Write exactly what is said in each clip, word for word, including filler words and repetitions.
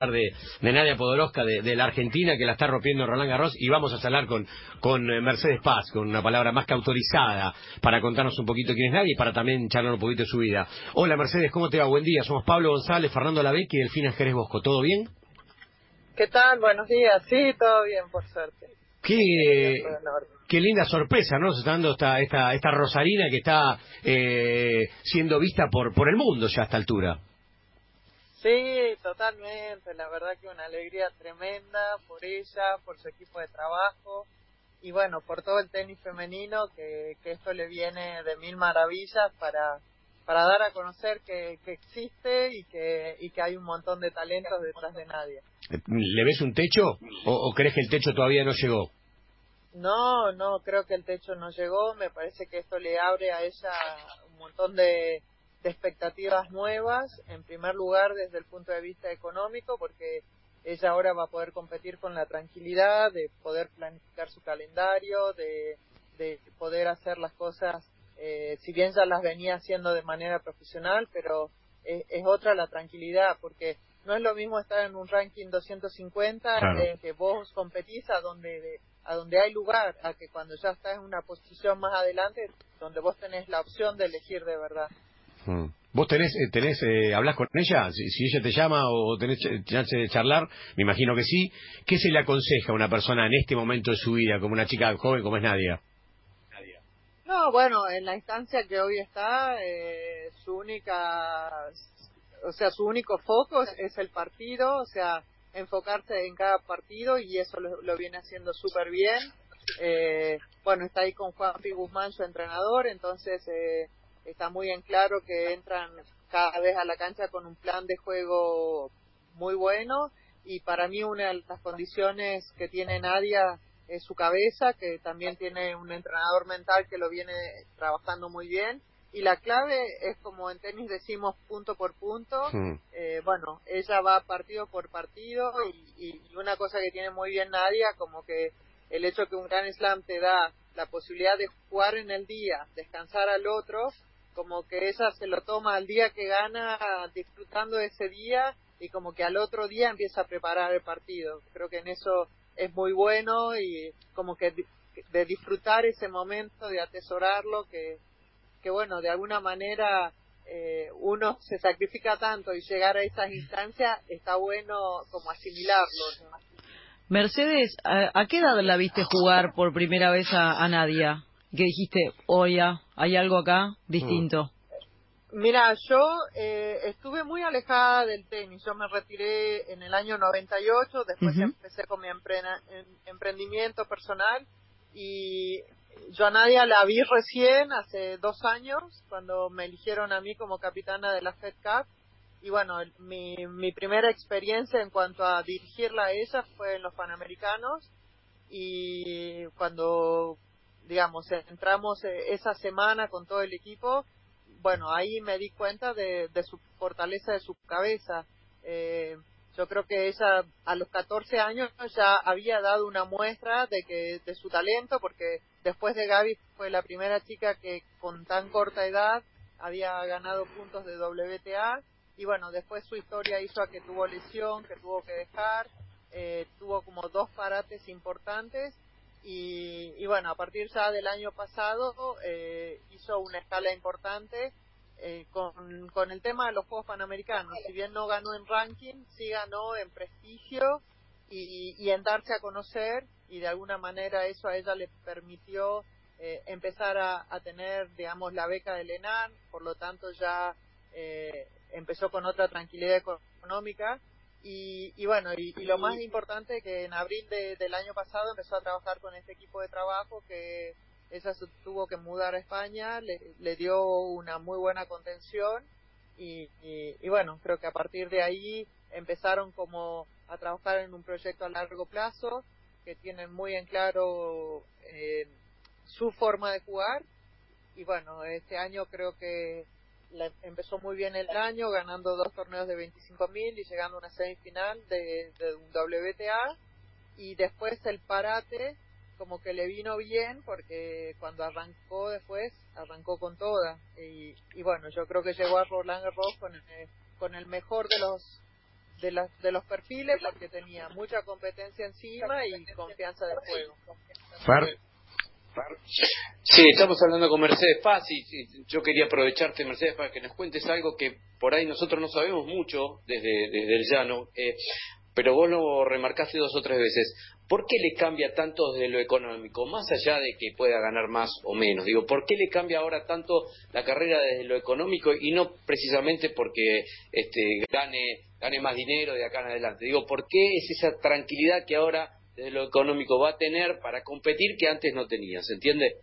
de, de Nadia Podoroska, de, de la Argentina, que la está rompiendo Roland Garros, y vamos a charlar con, con Mercedes Paz, con una palabra más que autorizada, para contarnos un poquito quién es Nadia y para también charlar un poquito de su vida. Hola Mercedes, ¿cómo te va? Buen día, somos Pablo González, Fernando Lavecchi y Delfina Jerez Bosco, ¿todo bien? ¿Qué tal? Buenos días, sí, todo bien, por suerte. Qué, qué linda sorpresa, ¿no? Se está dando esta, esta, esta Rosarina que está eh, siendo vista por, por el mundo ya a esta altura. Sí, totalmente, la verdad que una alegría tremenda por ella, por su equipo de trabajo y bueno, por todo el tenis femenino, que, que esto le viene de mil maravillas para, para dar a conocer que, que existe y que, y que hay un montón de talentos detrás de Nadia. ¿Le ves un techo o, o crees que el techo todavía no llegó? No, no, creo que el techo no llegó, me parece que esto le abre a ella un montón de, de expectativas nuevas, en primer lugar desde el punto de vista económico, porque ella ahora va a poder competir con la tranquilidad de poder planificar su calendario, de, de poder hacer las cosas, eh, si bien ya las venía haciendo de manera profesional, pero es, es otra la tranquilidad, porque no es lo mismo estar en un ranking doscientos cincuenta, Claro. eh, que vos competís a donde... De, a donde hay lugar, a que cuando ya estás en una posición más adelante, donde vos tenés la opción de elegir de verdad. Hmm. ¿Vos tenés, eh, tenés eh, hablás con ella? Si, si ella te llama o tenés ch- chance de charlar, me imagino que sí. ¿Qué se le aconseja a una persona en este momento de su vida, como una chica joven como es Nadia? No, bueno, en la instancia que hoy está, eh, su única, o sea, su único foco es, es el partido, o sea, enfocarse en cada partido y eso lo, lo viene haciendo súper bien. Eh, bueno, está ahí con Juanpi Guzmán, su entrenador, entonces eh, está muy en claro que entran cada vez a la cancha con un plan de juego muy bueno y para mí una de las condiciones que tiene Nadia es su cabeza, que también tiene un entrenador mental que lo viene trabajando muy bien. Y la clave es, como en tenis decimos, punto por punto. Hmm. Eh, bueno, ella va partido por partido y, y una cosa que tiene muy bien Nadia, como que el hecho que un Grand Slam te da la posibilidad de jugar en el día, descansar al otro, como que ella se lo toma al día que gana, disfrutando de ese día y como que al otro día empieza a preparar el partido. Creo que en eso es muy bueno y como que de disfrutar ese momento, de atesorarlo, que, que bueno, de alguna manera eh, uno se sacrifica tanto y llegar a esas instancias está bueno como asimilarlo, ¿no? Mercedes, ¿a, a qué edad la viste jugar por primera vez a, a Nadia? ¿Qué dijiste? Oye, hay algo acá Hmm. distinto. Mira, yo eh, estuve muy alejada del tenis. Yo me retiré en el año noventa y ocho, después Ujú. empecé con mi emprena- em- emprendimiento personal y yo a Nadia la vi recién, hace dos años, cuando me eligieron a mí como capitana de la Fed Cup. Y bueno, el- mi, mi primera experiencia en cuanto a dirigirla a ella fue en los Panamericanos y cuando, digamos, entramos eh, esa semana con todo el equipo, bueno, ahí me di cuenta de, de su fortaleza de su cabeza. Eh, yo creo que ella a los catorce años ya había dado una muestra de que de su talento, porque después de Gaby fue la primera chica que con tan corta edad había ganado puntos de W T A y bueno, después su historia hizo a que tuvo lesión, que tuvo que dejar, eh, tuvo como dos parates importantes y, y bueno, a partir ya del año pasado eh, hizo una escala importante eh, con, con el tema de los Juegos Panamericanos. Si bien no ganó en ranking, sí ganó en prestigio y, y en darse a conocer, y de alguna manera eso a ella le permitió eh, empezar a, a tener, digamos, la beca del ENAR, por lo tanto ya eh, empezó con otra tranquilidad económica. Y, y bueno, y, y lo más importante que en abril de, del año pasado empezó a trabajar con este equipo de trabajo que ella se tuvo que mudar a España, le, le dio una muy buena contención y, y, y bueno, creo que a partir de ahí empezaron como a trabajar en un proyecto a largo plazo, que tienen muy en claro eh, su forma de jugar y bueno, este año creo que la, empezó muy bien el año, ganando dos torneos de veinticinco mil y llegando a una semifinal de, de un W T A y después el parate como que le vino bien porque cuando arrancó después arrancó con toda y, y bueno, yo creo que llegó a Roland Garros con el, con el mejor de los de, la, de los perfiles, porque tenía mucha competencia encima y confianza de juego. Fer. Sí, estamos hablando con Mercedes Paz y, y yo quería aprovecharte, Mercedes, para que nos cuentes algo que por ahí nosotros no sabemos mucho desde, desde el llano, eh, pero vos lo remarcaste dos o tres veces. ¿Por qué le cambia tanto desde lo económico, más allá de que pueda ganar más o menos? Digo, ¿por qué le cambia ahora tanto la carrera desde lo económico y no precisamente porque este, gane, gane más dinero de acá en adelante? Digo, ¿por qué es esa tranquilidad que ahora desde lo económico va a tener para competir que antes no tenía? ¿Se entiende?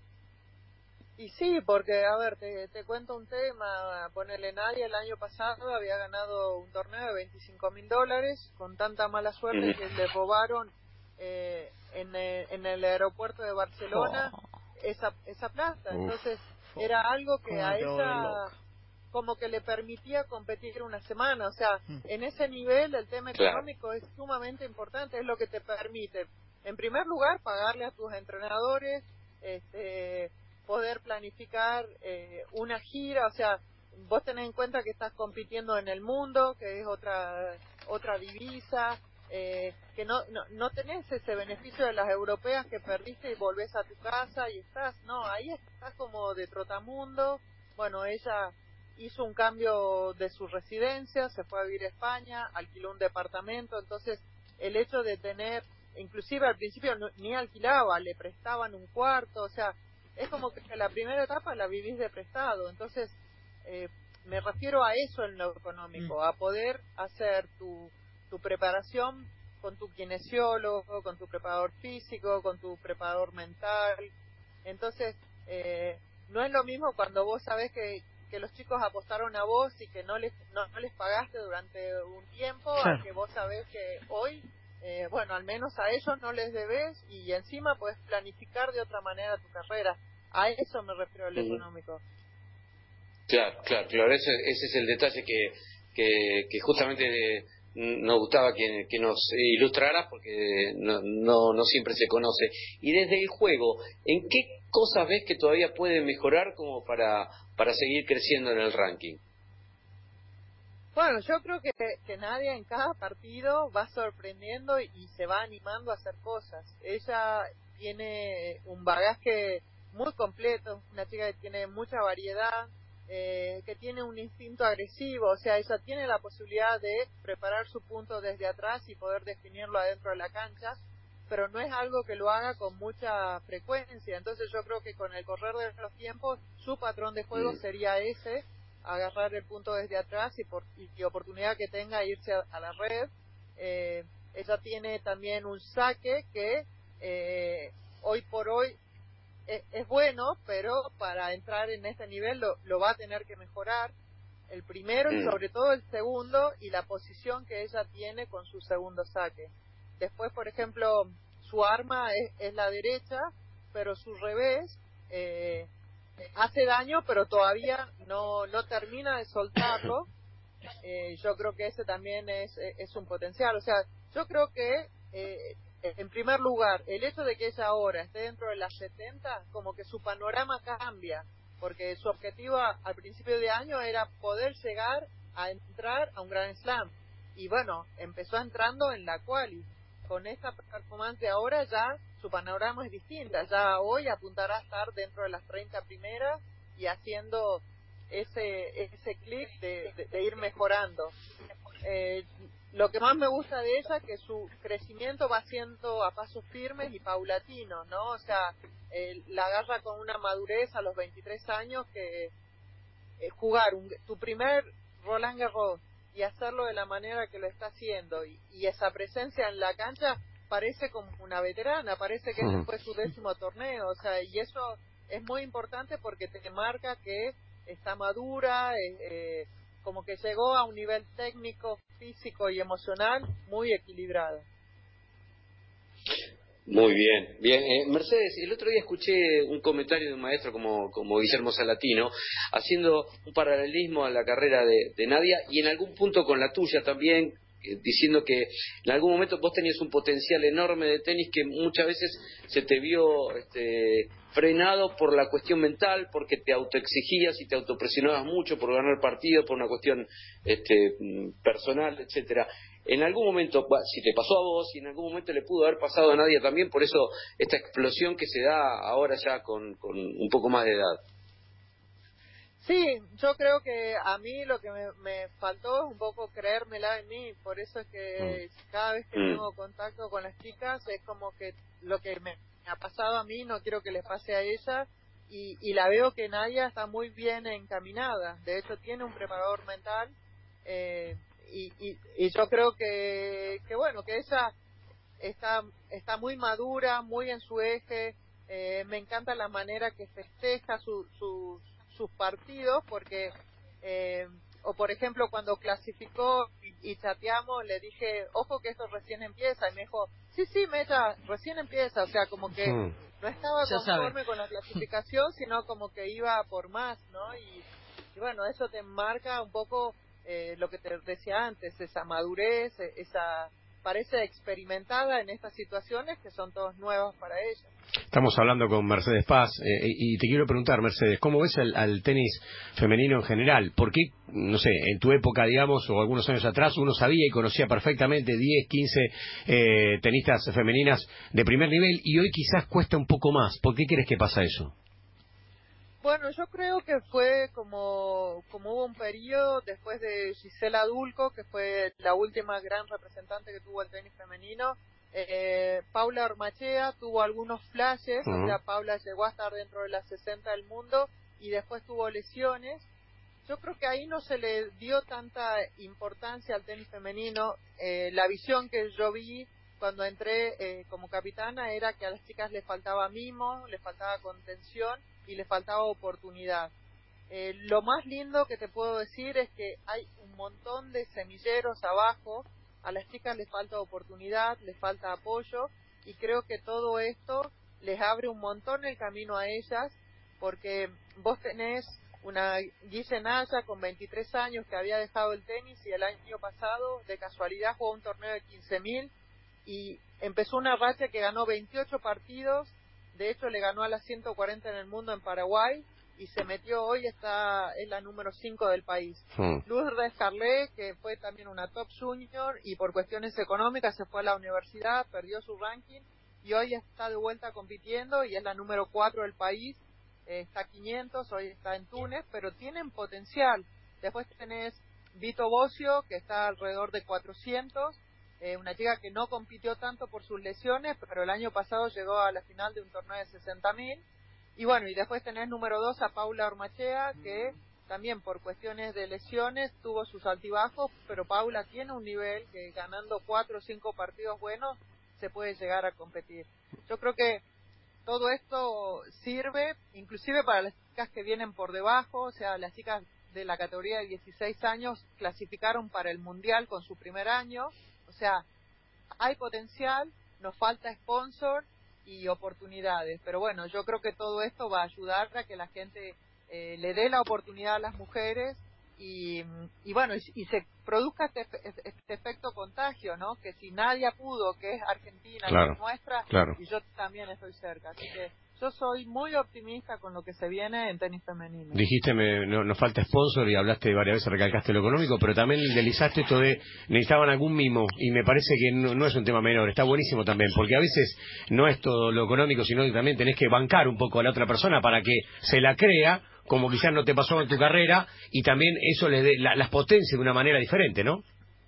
Y sí, porque, a ver, te, te cuento un tema. Ponerle Nadia el año pasado había ganado un torneo de veinticinco mil dólares con tanta mala suerte mm. que le robaron eh, en, el, en el aeropuerto de Barcelona oh. esa, esa plata. Entonces, Uf. era algo que a ella como que le permitía competir una semana. O sea, mm. en ese nivel el tema económico claro. es sumamente importante, es lo que te permite, en primer lugar, pagarle a tus entrenadores, este... poder planificar eh, una gira. O sea, vos tenés en cuenta que estás compitiendo en el mundo, que es otra otra divisa, eh, que no, no no tenés ese beneficio de las europeas que perdiste y volvés a tu casa y estás, no, ahí estás como de trotamundo. Bueno, ella hizo un cambio de su residencia, se fue a vivir a España, alquiló un departamento, entonces el hecho de tener, inclusive al principio no, ni alquilaba, le prestaban un cuarto, o sea, es como que la primera etapa la vivís de prestado. Entonces, eh, me refiero a eso en lo económico, a poder hacer tu, tu preparación con tu kinesiólogo, con tu preparador físico, con tu preparador mental. Entonces, eh, no es lo mismo cuando vos sabés que, que los chicos apostaron a vos y que no les, no, no les pagaste durante un tiempo, a que vos sabés que hoy, eh, bueno, al menos a ellos no les debes y encima puedes planificar de otra manera tu carrera. A eso me refiero al uh-huh. económico. Claro, claro, claro. Ese, ese es el detalle que, que, que justamente nos gustaba que, que nos ilustraras, porque no, no, no siempre se conoce. Y desde el juego, ¿en qué cosas ves que todavía puede mejorar como para, para seguir creciendo en el ranking? Bueno, yo creo que, que Nadia en cada partido va sorprendiendo y, y se va animando a hacer cosas. Ella tiene un bagaje muy completo, una chica que tiene mucha variedad, eh, que tiene un instinto agresivo, o sea, ella tiene la posibilidad de preparar su punto desde atrás y poder definirlo adentro de la cancha, pero no es algo que lo haga con mucha frecuencia. Entonces yo creo que con el correr de los tiempos su patrón de juego sería ese, agarrar el punto desde atrás y por y, y oportunidad que tenga irse a, a la red. Eh, ella tiene también un saque que eh, hoy por hoy es, es bueno, pero para entrar en este nivel lo, lo va a tener que mejorar, el primero y sobre todo el segundo, y la posición que ella tiene con su segundo saque. Después, por ejemplo, su arma es, es la derecha, pero su revés eh, hace daño, pero todavía no no termina de soltarlo. Eh, yo creo que ese también es, es un potencial. O sea, yo creo que, eh, en primer lugar, el hecho de que ella ahora esté dentro de las setenta, como que su panorama cambia, porque su objetivo a, al principio de año era poder llegar a entrar a un Grand Slam. Y bueno, empezó entrando en la quali. Con esta performance de ahora ya su panorama es distinta. Ya hoy apuntará a estar dentro de las treinta primeras y haciendo ese ese clic de, de, de ir mejorando. Eh, lo que más me gusta de ella es que su crecimiento va siendo a pasos firmes y paulatinos, ¿no? O sea, eh, la agarra con una madurez a los veintitrés años que eh, jugar un, tu primer Roland Garros y hacerlo de la manera que lo está haciendo y, y esa presencia en la cancha parece como una veterana, parece que este fue su décimo torneo, o sea, y eso es muy importante porque te marca que está madura, eh, eh, como que llegó a un nivel técnico, físico y emocional muy equilibrado. Muy bien, bien. Eh, Mercedes, el otro día escuché un comentario de un maestro como, como Guillermo Salatino, haciendo un paralelismo a la carrera de, de Nadia y en algún punto con la tuya también, eh, diciendo que en algún momento vos tenías un potencial enorme de tenis que muchas veces se te vio este, frenado por la cuestión mental, porque te autoexigías y te autopresionabas mucho por ganar partidos, por una cuestión este, personal, etcétera. en algún momento, bah, si te pasó a vos, y en algún momento le pudo haber pasado a Nadia también, por eso esta explosión que se da ahora ya con, con un poco más de edad. Sí, yo creo que a mí lo que me, me faltó es un poco creérmela en mí, por eso es que mm. cada vez que mm. tengo contacto con las chicas es como que lo que me ha pasado a mí no quiero que les pase a ellas, y, y la veo que Nadia está muy bien encaminada, de hecho tiene un preparador mental, eh, y, y, y yo creo que, que bueno, que ella está, está muy madura, muy en su eje, eh, me encanta la manera que festeja su, sus sus partidos, porque eh, o por ejemplo cuando clasificó y, y chateamos, le dije, ojo que esto recién empieza, y me dijo, sí, sí, Meta, recién empieza, o sea, como que hmm. no estaba ya conforme sabe. con la clasificación, sino como que iba por más, ¿no? Y, y bueno, eso te marca un poco eh, lo que te decía antes, esa madurez, esa parece experimentada en estas situaciones que son todas nuevas para ella. Estamos hablando con Mercedes Paz, eh, y te quiero preguntar, Mercedes, ¿cómo ves al, al tenis femenino en general? ¿Por qué, no sé, en tu época, digamos, o algunos años atrás, uno sabía y conocía perfectamente diez, quince eh, tenistas femeninas de primer nivel, y hoy quizás cuesta un poco más? ¿Por qué crees que pasa eso? Bueno, yo creo que fue como, como hubo un periodo después de Gisela Dulco, que fue la última gran representante que tuvo el tenis femenino. Eh, Paula Ormachea tuvo algunos flashes, uh-huh. o sea, Paula llegó a estar dentro de las sesenta del mundo y después tuvo lesiones. Yo creo que ahí no se le dio tanta importancia al tenis femenino. Eh, la visión que yo vi cuando entré eh, como capitana era que a las chicas les faltaba mimo, les faltaba contención y les faltaba oportunidad. Eh, lo más lindo que te puedo decir es que hay un montón de semilleros abajo, a las chicas les falta oportunidad, les falta apoyo, y creo que todo esto les abre un montón el camino a ellas, porque vos tenés una Guille Naya con veintitrés años que había dejado el tenis y el año pasado de casualidad jugó un torneo de quince mil y empezó una racha que ganó veintiocho partidos, de hecho le ganó a las ciento cuarenta en el mundo en Paraguay y se metió hoy, está es la número cinco del país. Hmm. Lourdes Carlet, que fue también una top junior y por cuestiones económicas se fue a la universidad, perdió su ranking y hoy está de vuelta compitiendo y es la número cuatro del país, eh, está a quinientos, hoy está en Túnez, pero tienen potencial. Después tenés Vito Bocio, que está alrededor de cuatrocientos, eh, una chica que no compitió tanto por sus lesiones, pero el año pasado llegó a la final de un torneo de sesenta mil. Y bueno, y después tenés número dos a Paula Ormachea, que también por cuestiones de lesiones tuvo sus altibajos, pero Paula tiene un nivel que ganando cuatro o cinco partidos buenos se puede llegar a competir. Yo creo que todo esto sirve inclusive para las chicas que vienen por debajo, o sea, las chicas de la categoría de dieciséis años clasificaron para el Mundial con su primer año, o sea, hay potencial, nos falta sponsor y oportunidades, pero bueno, yo creo que todo esto va a ayudar a que la gente eh, le dé la oportunidad a las mujeres y, y bueno, y, y se produzca este, este efecto contagio, ¿no? Que si Nadia pudo, que es argentina, claro, que es nuestra, claro. y yo también estoy cerca, así que yo soy muy optimista con lo que se viene en tenis femenino. Dijiste, me, no, nos falta sponsor y hablaste varias veces, recalcaste lo económico, pero también deslizaste esto de necesitaban algún mimo y me parece que no, no es un tema menor, está buenísimo también, porque a veces no es todo lo económico, sino que también tenés que bancar un poco a la otra persona para que se la crea, como quizás no te pasó en tu carrera, y también eso les dé, la, las potencie de una manera diferente, ¿no?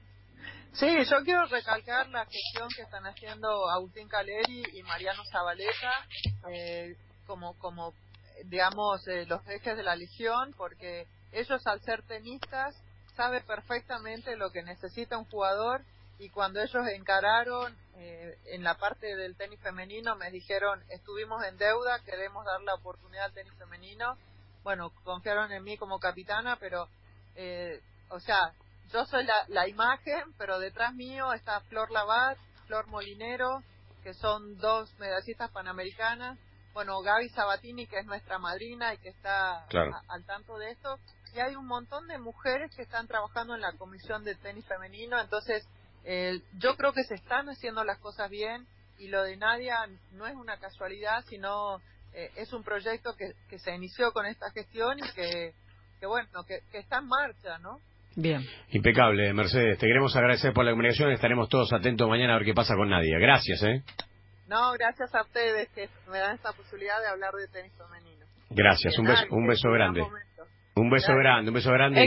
Sí, yo quiero recalcar la gestión que están haciendo Agustín Caleri y Mariano Zabaleta eh, como, como digamos, eh, los ejes de la Legión, porque ellos al ser tenistas saben perfectamente lo que necesita un jugador y cuando ellos encararon eh, en la parte del tenis femenino me dijeron, estuvimos en deuda, queremos dar la oportunidad al tenis femenino. Bueno, confiaron en mí como capitana, pero, eh, o sea, yo soy la, la imagen, pero detrás mío está Flor Labat, Flor Molinero, que son dos medallistas panamericanas. Bueno, Gaby Sabatini, que es nuestra madrina y que está claro. a, al tanto de esto. Y hay un montón de mujeres que están trabajando en la comisión de tenis femenino. Entonces, eh, yo creo que se están haciendo las cosas bien y lo de Nadia no es una casualidad, sino eh, es un proyecto que, que se inició con esta gestión y que, que bueno, que, que está en marcha, ¿no? Bien. Impecable, Mercedes. Te queremos agradecer por la comunicación. Estaremos todos atentos mañana a ver qué pasa con Nadia. Gracias, ¿eh? No, gracias a ustedes que me dan esta posibilidad de hablar de tenis femenino. Gracias, un beso, un beso grande. Un beso grande, un beso grande.